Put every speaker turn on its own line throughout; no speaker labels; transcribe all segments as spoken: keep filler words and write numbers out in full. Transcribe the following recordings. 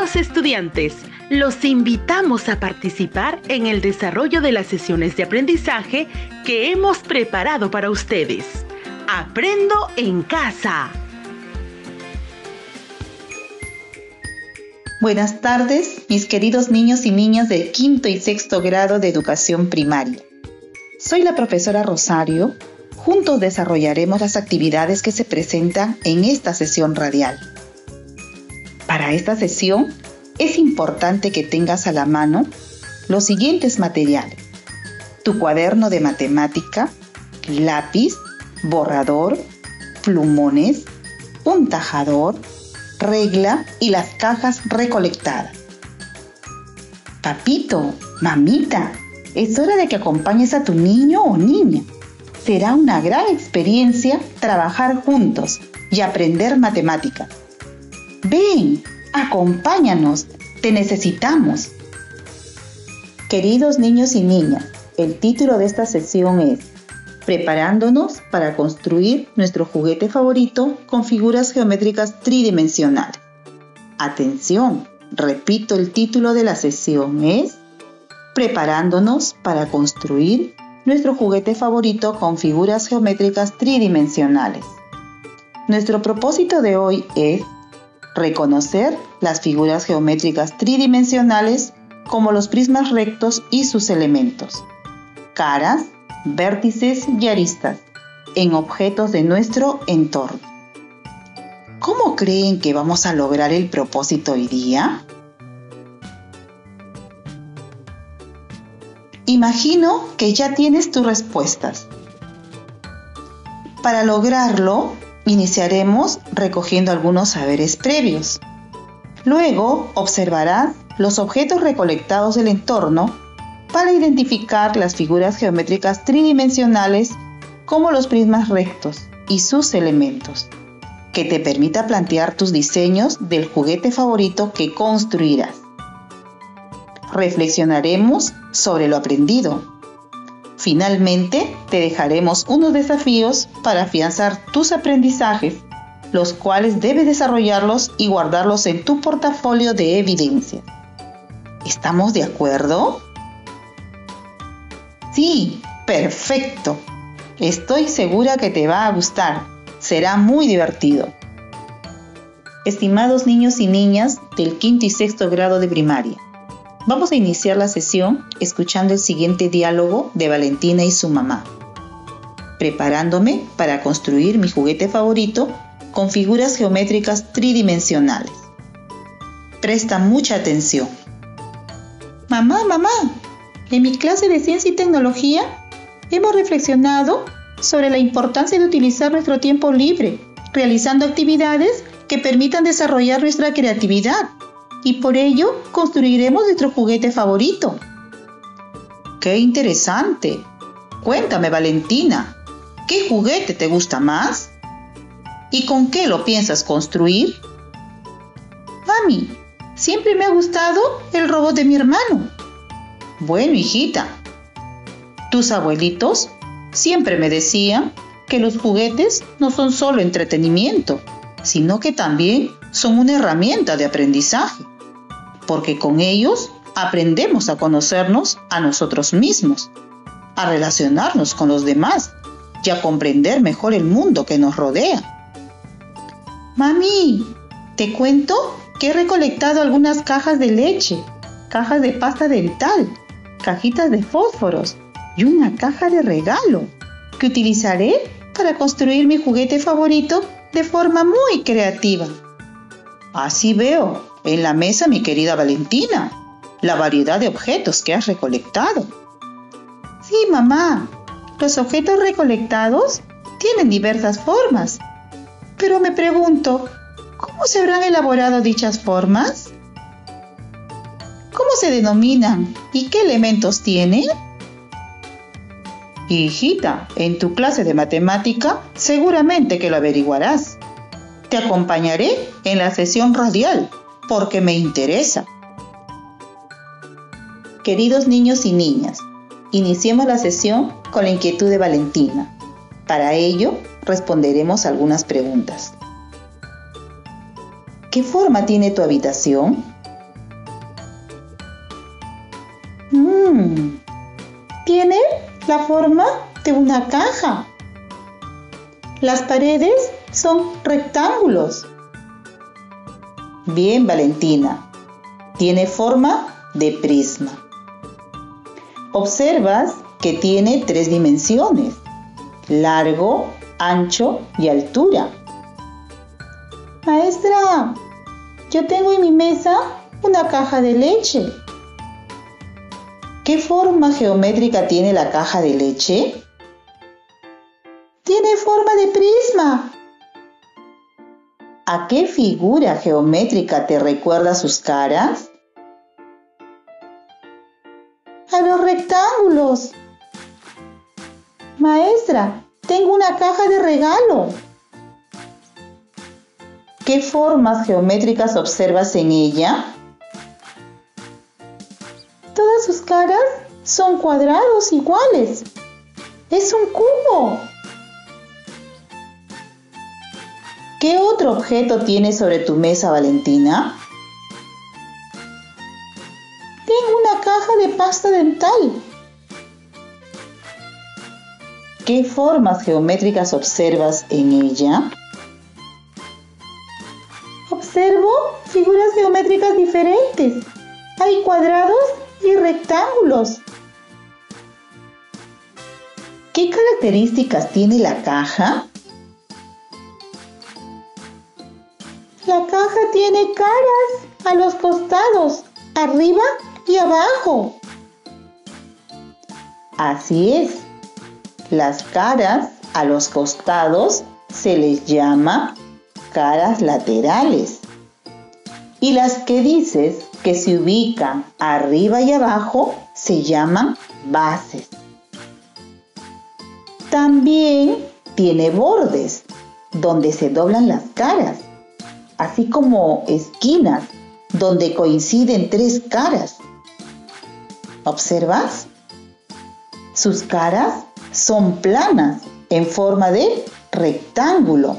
Queridos estudiantes, los invitamos a participar en el desarrollo de las sesiones de aprendizaje que hemos preparado para ustedes. ¡Aprendo en casa!
Buenas tardes, mis queridos niños y niñas del quinto y sexto grado de educación primaria. Soy la profesora Rosario. Juntos desarrollaremos las actividades que se presentan en esta sesión radial. Para esta sesión, es importante que tengas a la mano los siguientes materiales: tu cuaderno de matemática, lápiz, borrador, plumones, un tajador, regla y las cajas recolectadas. Papito, mamita, es hora de que acompañes a tu niño o niña. Será una gran experiencia trabajar juntos y aprender matemáticas. Ven, acompáñanos, te necesitamos. Queridos niños y niñas, el título de esta sesión es Preparándonos para construir nuestro juguete favorito con figuras geométricas tridimensionales. Atención, repito, el título de la sesión es Preparándonos para construir nuestro juguete favorito con figuras geométricas tridimensionales. Nuestro propósito de hoy es reconocer las figuras geométricas tridimensionales como los prismas rectos y sus elementos, caras, vértices y aristas en objetos de nuestro entorno. ¿Cómo creen que vamos a lograr el propósito hoy día? Imagino que ya tienes tus respuestas. Para lograrlo, iniciaremos recogiendo algunos saberes previos. Luego, observarás los objetos recolectados del entorno para identificar las figuras geométricas tridimensionales como los prismas rectos y sus elementos, que te permita plantear tus diseños del juguete favorito que construirás. Reflexionaremos sobre lo aprendido. Finalmente, te dejaremos unos desafíos para afianzar tus aprendizajes, los cuales debes desarrollarlos y guardarlos en tu portafolio de evidencias. ¿Estamos de acuerdo? Sí, perfecto. Estoy segura que te va a gustar. Será muy divertido. Estimados niños y niñas del quinto y sexto grado de primaria, vamos a iniciar la sesión escuchando el siguiente diálogo de Valentina y su mamá. Preparándome para construir mi juguete favorito con figuras geométricas tridimensionales. Presta mucha atención. Mamá, mamá, en mi clase de ciencia y tecnología hemos reflexionado sobre la importancia de utilizar nuestro tiempo libre, realizando actividades que permitan desarrollar nuestra creatividad. Y por ello construiremos nuestro juguete favorito. ¡Qué interesante! Cuéntame, Valentina, ¿qué juguete te gusta más? ¿Y con qué lo piensas construir? Mami, siempre me ha gustado el robot de mi hermano. Bueno, hijita, tus abuelitos siempre me decían que los juguetes no son solo entretenimiento, sino que también son una herramienta de aprendizaje, porque con ellos aprendemos a conocernos a nosotros mismos, a relacionarnos con los demás y a comprender mejor el mundo que nos rodea. Mami, te cuento que he recolectado algunas cajas de leche, cajas de pasta dental, cajitas de fósforos y una caja de regalo que utilizaré para construir mi juguete favorito de forma muy creativa. Así veo en la mesa, mi querida Valentina, la variedad de objetos que has recolectado. Sí, mamá, los objetos recolectados tienen diversas formas, pero me pregunto, ¿cómo se habrán elaborado dichas formas? ¿Cómo se denominan y qué elementos tienen? Hijita, en tu clase de matemática seguramente que lo averiguarás. Te acompañaré en la sesión radial porque me interesa. Queridos niños y niñas, iniciemos la sesión con la inquietud de Valentina. Para ello, responderemos algunas preguntas. ¿Qué forma tiene tu habitación? Hmm, tiene la forma de una caja. Las paredes son rectángulos. Bien, Valentina. Tiene forma de prisma. Observas que tiene tres dimensiones: largo, ancho y altura. Maestra, yo tengo en mi mesa una caja de leche. ¿Qué forma geométrica tiene la caja de leche? Tiene forma de prisma. ¿A qué figura geométrica te recuerda sus caras? A los rectángulos. Maestra, tengo una caja de regalo. ¿Qué formas geométricas observas en ella? Todas sus caras son cuadrados iguales. Es un cubo. ¿Qué otro objeto tienes sobre tu mesa, Valentina? Tengo una caja de pasta dental. ¿Qué formas geométricas observas en ella? Observo figuras geométricas diferentes. Hay cuadrados y rectángulos. ¿Qué características tiene la caja? La caja tiene caras a los costados, arriba y abajo. Así es. Las caras a los costados se les llama caras laterales. Y las que dices que se ubican arriba y abajo se llaman bases. También tiene bordes donde se doblan las caras, así como esquinas donde coinciden tres caras. ¿Observas? Sus caras son planas en forma de rectángulo.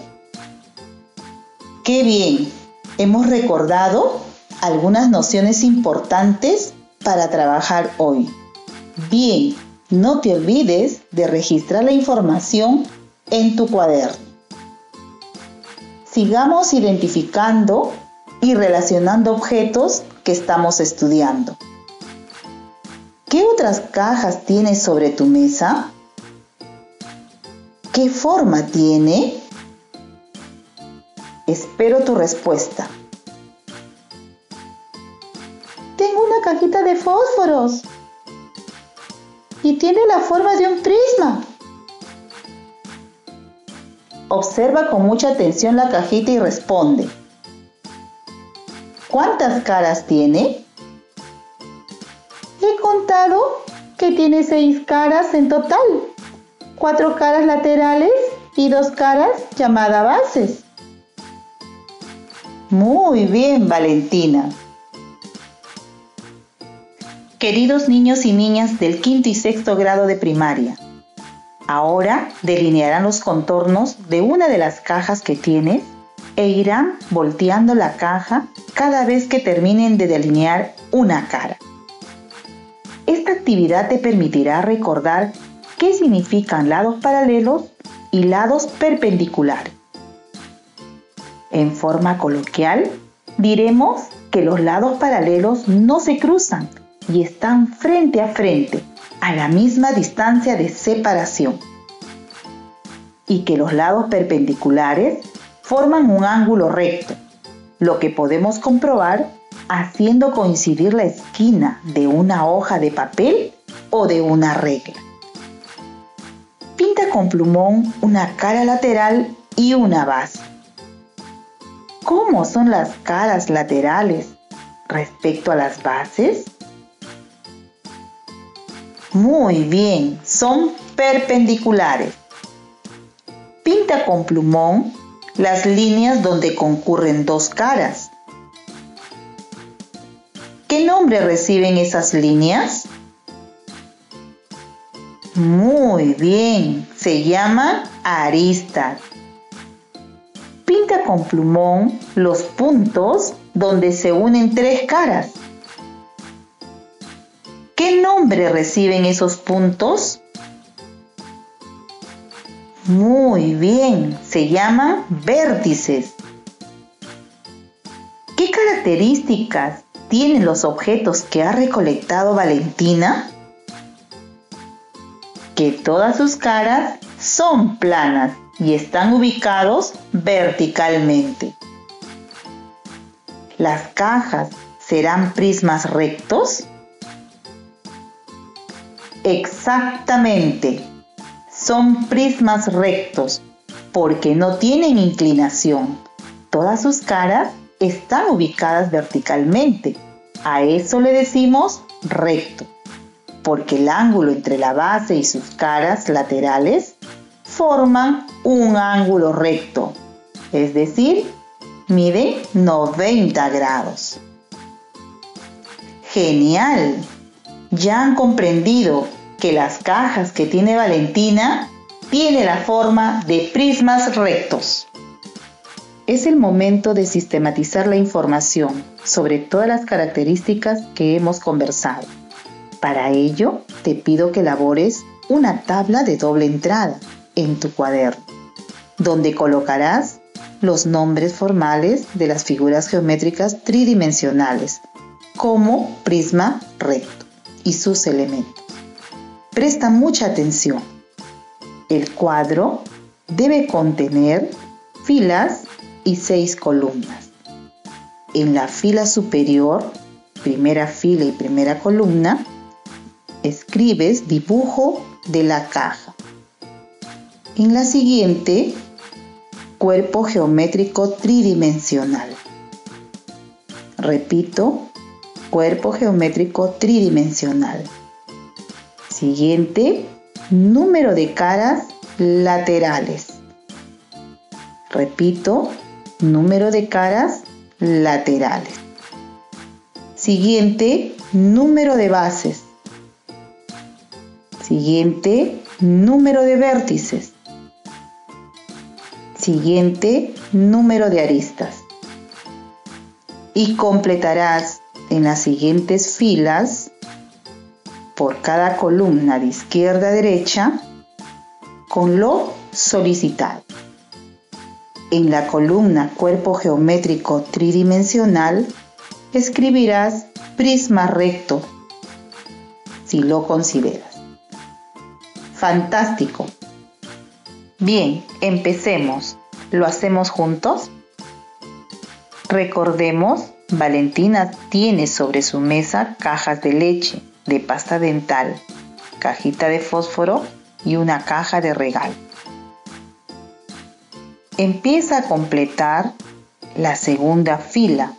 ¡Qué bien! Hemos recordado algunas nociones importantes para trabajar hoy. Bien, no te olvides de registrar la información en tu cuaderno. Sigamos identificando y relacionando objetos que estamos estudiando. ¿Qué otras cajas tienes sobre tu mesa? ¿Qué forma tiene? Espero tu respuesta. Tengo una cajita de fósforos y tiene la forma de un prisma. Observa con mucha atención la cajita y responde. ¿Cuántas caras tiene? He contado que tiene seis caras en total. Cuatro caras laterales y dos caras llamadas bases. Muy bien, Valentina. Queridos niños y niñas del quinto y sexto grado de primaria, ahora delinearán los contornos de una de las cajas que tienes e irán volteando la caja cada vez que terminen de delinear una cara. Esta actividad te permitirá recordar qué significan lados paralelos y lados perpendiculares. En forma coloquial, diremos que los lados paralelos no se cruzan y están frente a frente, a la misma distancia de separación. Y que los lados perpendiculares forman un ángulo recto, lo que podemos comprobar haciendo coincidir la esquina de una hoja de papel o de una regla. Pinta con plumón una cara lateral y una base. ¿Cómo son las caras laterales respecto a las bases? Muy bien, son perpendiculares. Pinta con plumón las líneas donde concurren dos caras. ¿Qué nombre reciben esas líneas? Muy bien, se llaman aristas. Pinta con plumón los puntos donde se unen tres caras. ¿Qué ¿Qué nombre reciben esos puntos? Muy bien, se llaman vértices. ¿Qué características tienen los objetos que ha recolectado Valentina? Que todas sus caras son planas y están ubicados verticalmente. ¿Las cajas serán prismas rectos? Exactamente, son prismas rectos porque no tienen inclinación. Todas sus caras están ubicadas verticalmente. A eso le decimos recto, porque el ángulo entre la base y sus caras laterales forman un ángulo recto, es decir, miden noventa grados. ¡Genial! Ya han comprendido que las cajas que tiene Valentina tienen la forma de prismas rectos. Es el momento de sistematizar la información sobre todas las características que hemos conversado. Para ello, te pido que elabores una tabla de doble entrada en tu cuaderno, donde colocarás los nombres formales de las figuras geométricas tridimensionales, como prisma recto y sus elementos. Presta mucha atención. El cuadro debe contener filas y seis columnas. En la fila superior, primera fila y primera columna, escribes dibujo de la caja. En la siguiente, cuerpo geométrico tridimensional. Repito, cuerpo geométrico tridimensional. Siguiente, número de caras laterales. Repito, número de caras laterales. Siguiente, número de bases. Siguiente, número de vértices. Siguiente, número de aristas. Y completarás en las siguientes filas, por cada columna de izquierda a derecha, con lo solicitado. En la columna cuerpo geométrico tridimensional, escribirás prisma recto, si lo consideras. ¡Fantástico! Bien, empecemos. ¿Lo hacemos juntos? Recordemos, Valentina tiene sobre su mesa cajas de leche, de pasta dental, cajita de fósforo y una caja de regalo. Empieza a completar la segunda fila.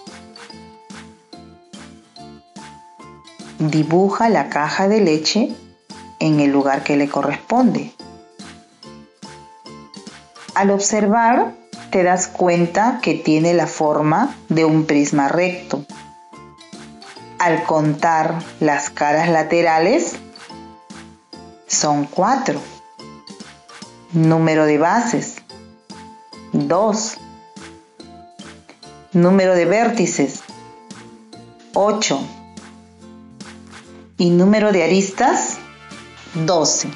Dibuja la caja de leche en el lugar que le corresponde. Al observar, te das cuenta que tiene la forma de un prisma recto. Al contar las caras laterales, son cuatro. Número de bases, dos. Número de vértices, ocho. Y número de aristas, doce.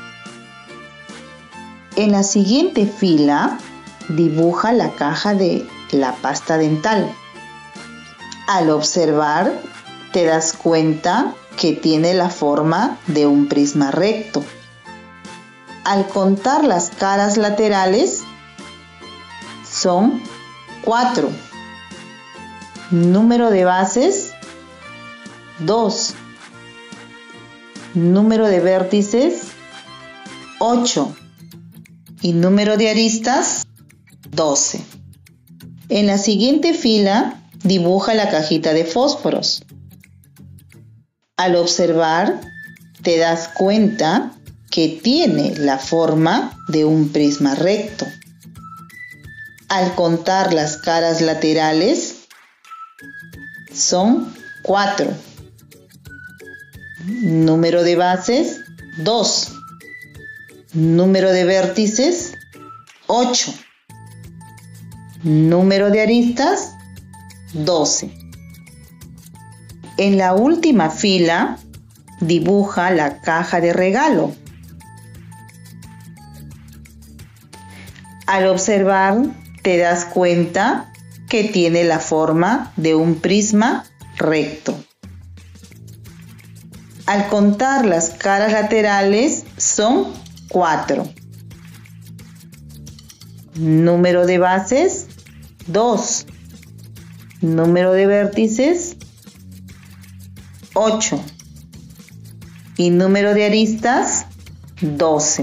En la siguiente fila, dibuja la caja de la pasta dental. Al observar, te das cuenta que tiene la forma de un prisma recto. Al contar las caras laterales, son cuatro. Número de bases, dos. Número de vértices, ocho. Y número de aristas, doce. En la siguiente fila, dibuja la cajita de fósforos. Al observar, te das cuenta que tiene la forma de un prisma recto. Al contar las caras laterales, son cuatro. Número de bases, dos. Número de vértices, ocho. Número de aristas, doce. En la última fila, dibuja la caja de regalo. Al observar, te das cuenta que tiene la forma de un prisma recto. Al contar las caras laterales, son cuatro. Número de bases, dos. Número de vértices, ocho. Y número de aristas, doce.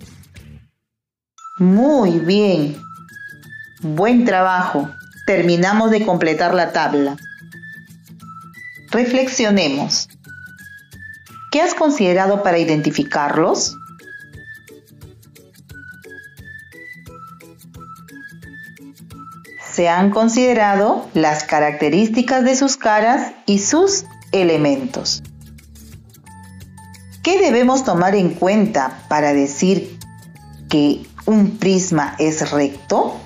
Muy bien. Buen trabajo. Terminamos de completar la tabla. Reflexionemos. ¿Qué has considerado para identificarlos? Se han considerado las características de sus caras y sus elementos. ¿Qué debemos tomar en cuenta para decir que un prisma es recto?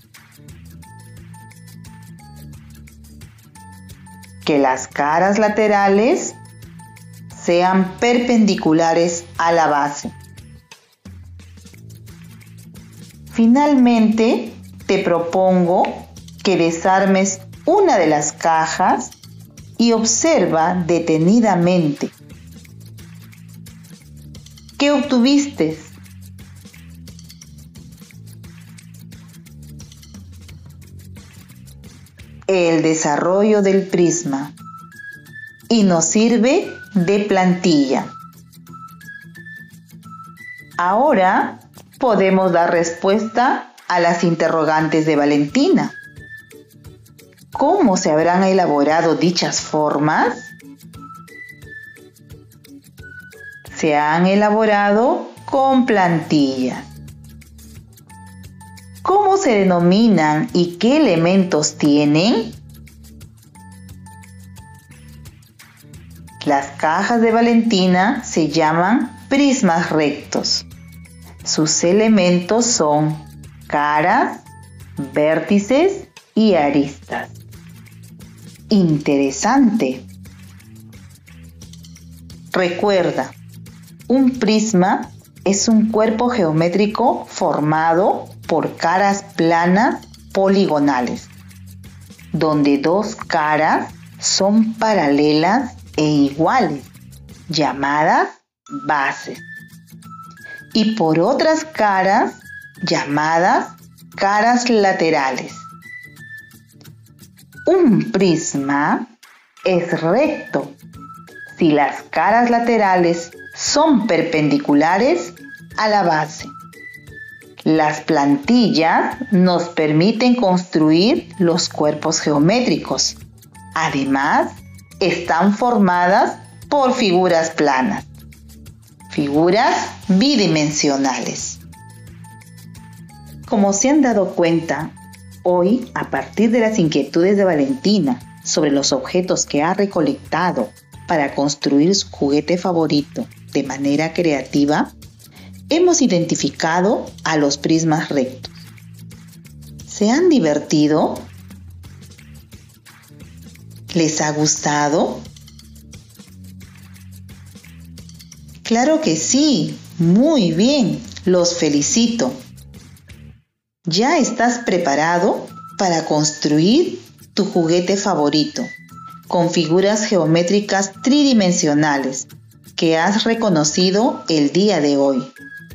Que las caras laterales sean perpendiculares a la base. Finalmente, te propongo que desarmes una de las cajas y observa detenidamente. ¿Qué obtuviste? El desarrollo del prisma y nos sirve de plantilla. Ahora podemos dar respuesta a las interrogantes de Valentina. ¿Cómo se habrán elaborado dichas formas? Se han elaborado con plantillas. ¿Cómo se denominan y qué elementos tienen? Las cajas de Valentina se llaman prismas rectos. Sus elementos son caras, vértices y aristas. Interesante. Recuerda, un prisma es un cuerpo geométrico formado por caras planas poligonales, donde dos caras son paralelas e iguales, llamadas bases, y por otras caras llamadas caras laterales. Un prisma es recto si las caras laterales son perpendiculares a la base. Las plantillas nos permiten construir los cuerpos geométricos. Además, están formadas por figuras planas, figuras bidimensionales. Como se han dado cuenta, hoy, a partir de las inquietudes de Valentina sobre los objetos que ha recolectado para construir su juguete favorito de manera creativa, hemos identificado a los prismas rectos. ¿Se han divertido? ¿Les ha gustado? Claro que sí, muy bien, los felicito. Ya estás preparado para construir tu juguete favorito con figuras geométricas tridimensionales que has reconocido el día de hoy.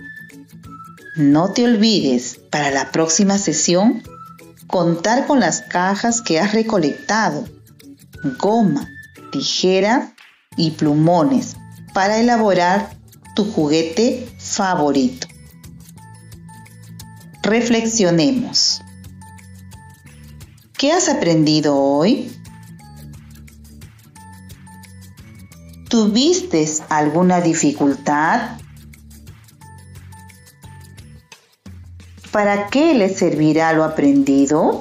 No te olvides, para la próxima sesión, contar con las cajas que has recolectado, goma, tijeras y plumones para elaborar tu juguete favorito. Reflexionemos. ¿Qué has aprendido hoy? ¿Tuviste alguna dificultad? ¿Para qué le servirá lo aprendido?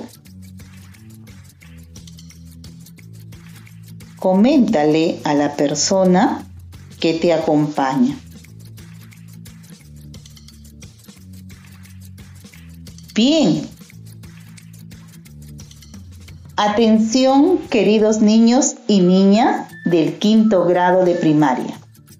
Coméntale a la persona que te acompaña. Bien. Atención, queridos niños y niñas del quinto grado de primaria.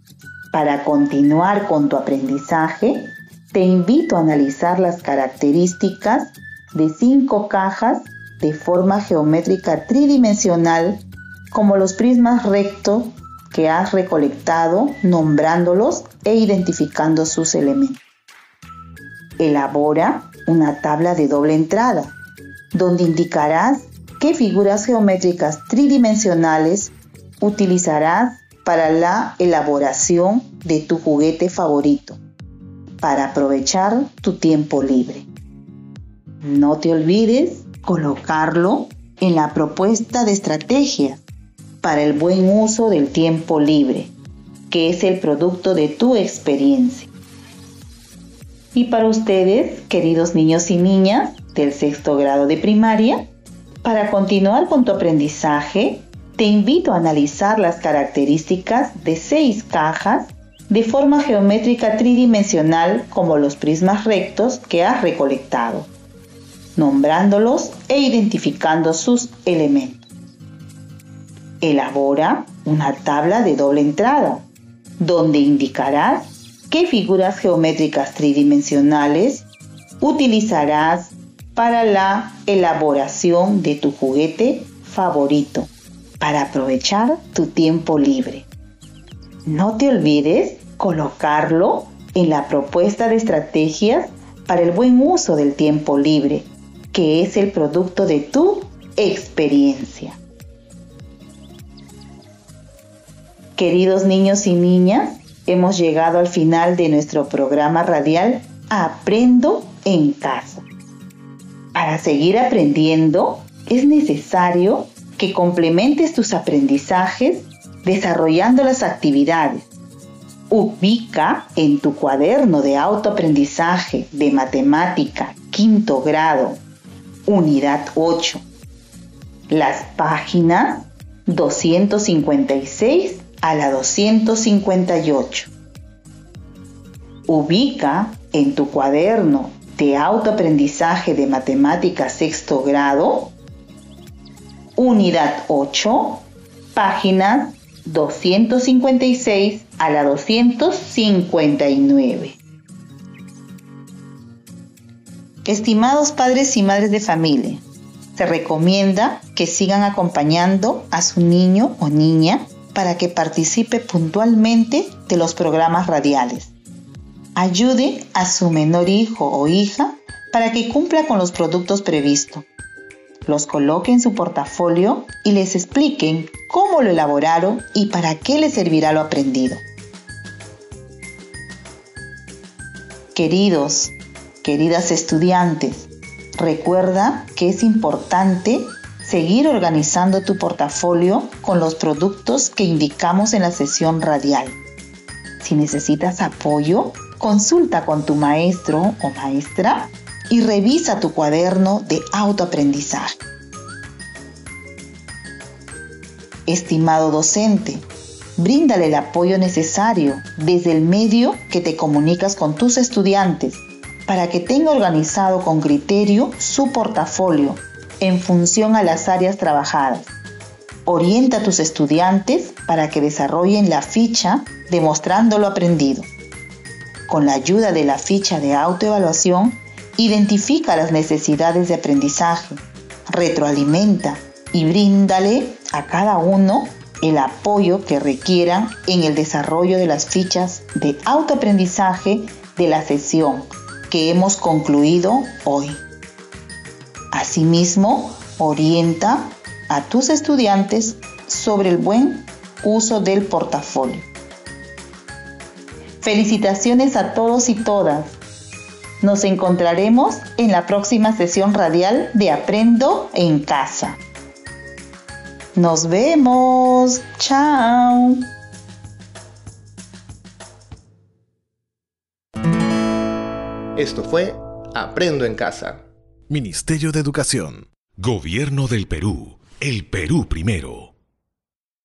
Para continuar con tu aprendizaje, te invito a analizar las características de cinco cajas de forma geométrica tridimensional como los prismas rectos que has recolectado, nombrándolos e identificando sus elementos. Elabora una tabla de doble entrada, donde indicarás qué figuras geométricas tridimensionales utilizarás para la elaboración de tu juguete favorito, para aprovechar tu tiempo libre. No te olvides colocarlo en la propuesta de estrategias para el buen uso del tiempo libre, que es el producto de tu experiencia. Y para ustedes, queridos niños y niñas del sexto grado de primaria, para continuar con tu aprendizaje, te invito a analizar las características de seis cajas de forma geométrica tridimensional como los prismas rectos que has recolectado, nombrándolos e identificando sus elementos. Elabora una tabla de doble entrada, donde indicarás qué figuras geométricas tridimensionales utilizarás para la elaboración de tu juguete favorito, para aprovechar tu tiempo libre. No te olvides colocarlo en la propuesta de estrategias para el buen uso del tiempo libre, que es el producto de tu experiencia. Queridos niños y niñas, hemos llegado al final de nuestro programa radial Aprendo en Casa. Para seguir aprendiendo, es necesario que complementes tus aprendizajes desarrollando las actividades. Ubica en tu cuaderno de autoaprendizaje de matemática quinto grado, unidad ocho, las páginas doscientos cincuenta y seis a la doscientos cincuenta y ocho. Ubica en tu cuaderno de autoaprendizaje de matemática sexto grado, unidad ocho, páginas doscientos cincuenta y seis a la doscientos cincuenta y nueve. Estimados padres y madres de familia, se recomienda que sigan acompañando a su niño o niña para que participe puntualmente de los programas radiales. Ayude a su menor hijo o hija para que cumpla con los productos previstos. Los coloque en su portafolio y les expliquen cómo lo elaboraron y para qué les servirá lo aprendido. Queridos, queridas estudiantes, recuerda que es importante seguir organizando tu portafolio con los productos que indicamos en la sesión radial. Si necesitas apoyo, consulta con tu maestro o maestra y revisa tu cuaderno de autoaprendizaje. Estimado docente, bríndale el apoyo necesario desde el medio que te comunicas con tus estudiantes para que tenga organizado con criterio su portafolio en función a las áreas trabajadas. Orienta a tus estudiantes para que desarrollen la ficha demostrando lo aprendido. Con la ayuda de la ficha de autoevaluación, identifica las necesidades de aprendizaje, retroalimenta y bríndale a cada uno el apoyo que requieran en el desarrollo de las fichas de autoaprendizaje de la sesión que hemos concluido hoy. Asimismo, orienta a tus estudiantes sobre el buen uso del portafolio. Felicitaciones a todos y todas. Nos encontraremos en la próxima sesión radial de Aprendo en Casa. Nos vemos. Chao.
Esto fue Aprendo en Casa.
Ministerio de Educación. Gobierno del Perú. El Perú primero.